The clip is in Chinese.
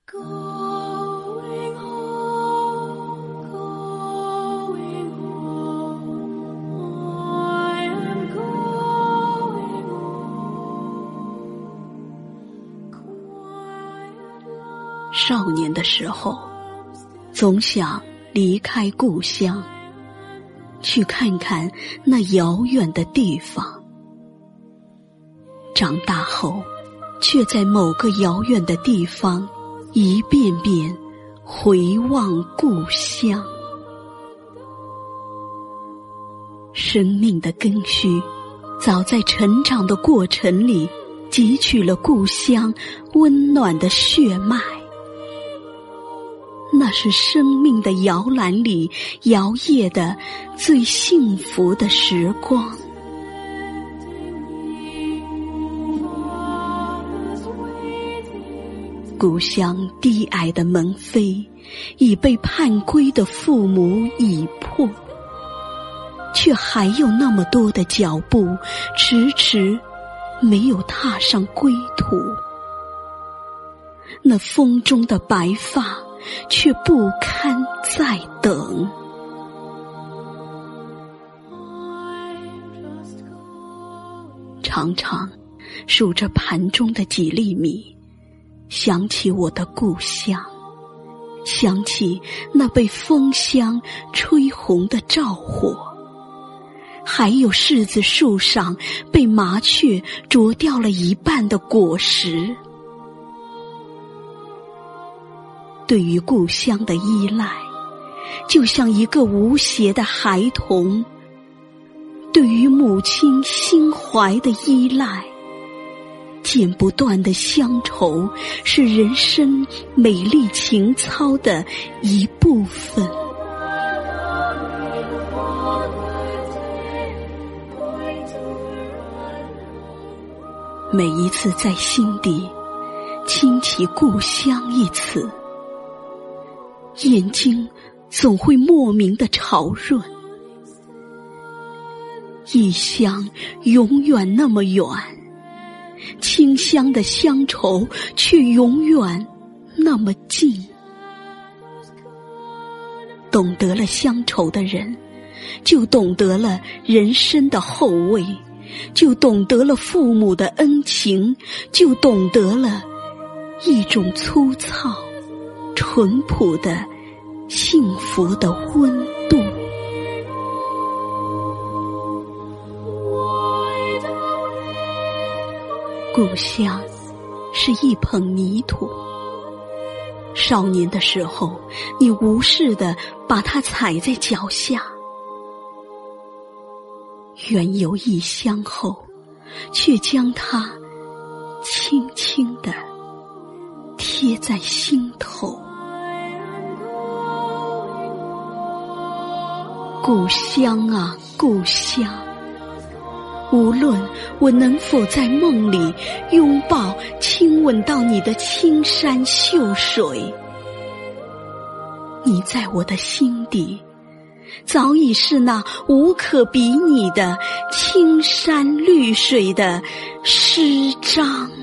Going home, going home, I am going home. Quiet love. 少年的时候，总想离开故乡，去看看那遥远的地方。长大后，却在某个遥远的地方一遍遍回望故乡。生命的根须，早在成长的过程里汲取了故乡温暖的血脉。那是生命的摇篮里摇曳的最幸福的时光。故乡低矮的门扉已被盼归的父母倚破，却还有那么多的脚步迟迟没有踏上归途。那风中的白发却不堪再等。常常数着盘中的几粒米，想起我的故乡，想起那被风香吹红的灶火，还有柿子树上被麻雀啄掉了一半的果实。对于故乡的依赖，就像一个无邪的孩童；对于母亲心怀的依赖，剪不断的乡愁是人生美丽情操的一部分。每一次在心底轻起故乡一词，眼睛总会莫名的潮润。异乡永远那么远，清香的乡愁却永远那么近。懂得了乡愁的人，就懂得了人生的后味，就懂得了父母的恩情，就懂得了一种粗糙淳朴的幸福的温度。故乡是一捧泥土，少年的时候，你无视地把它踩在脚下，远游异乡后，却将它轻轻地贴在心头。故乡啊，故乡，无论我能否在梦里拥抱亲吻到你的青山秀水，你在我的心底早已是那无可比拟的青山绿水的诗章。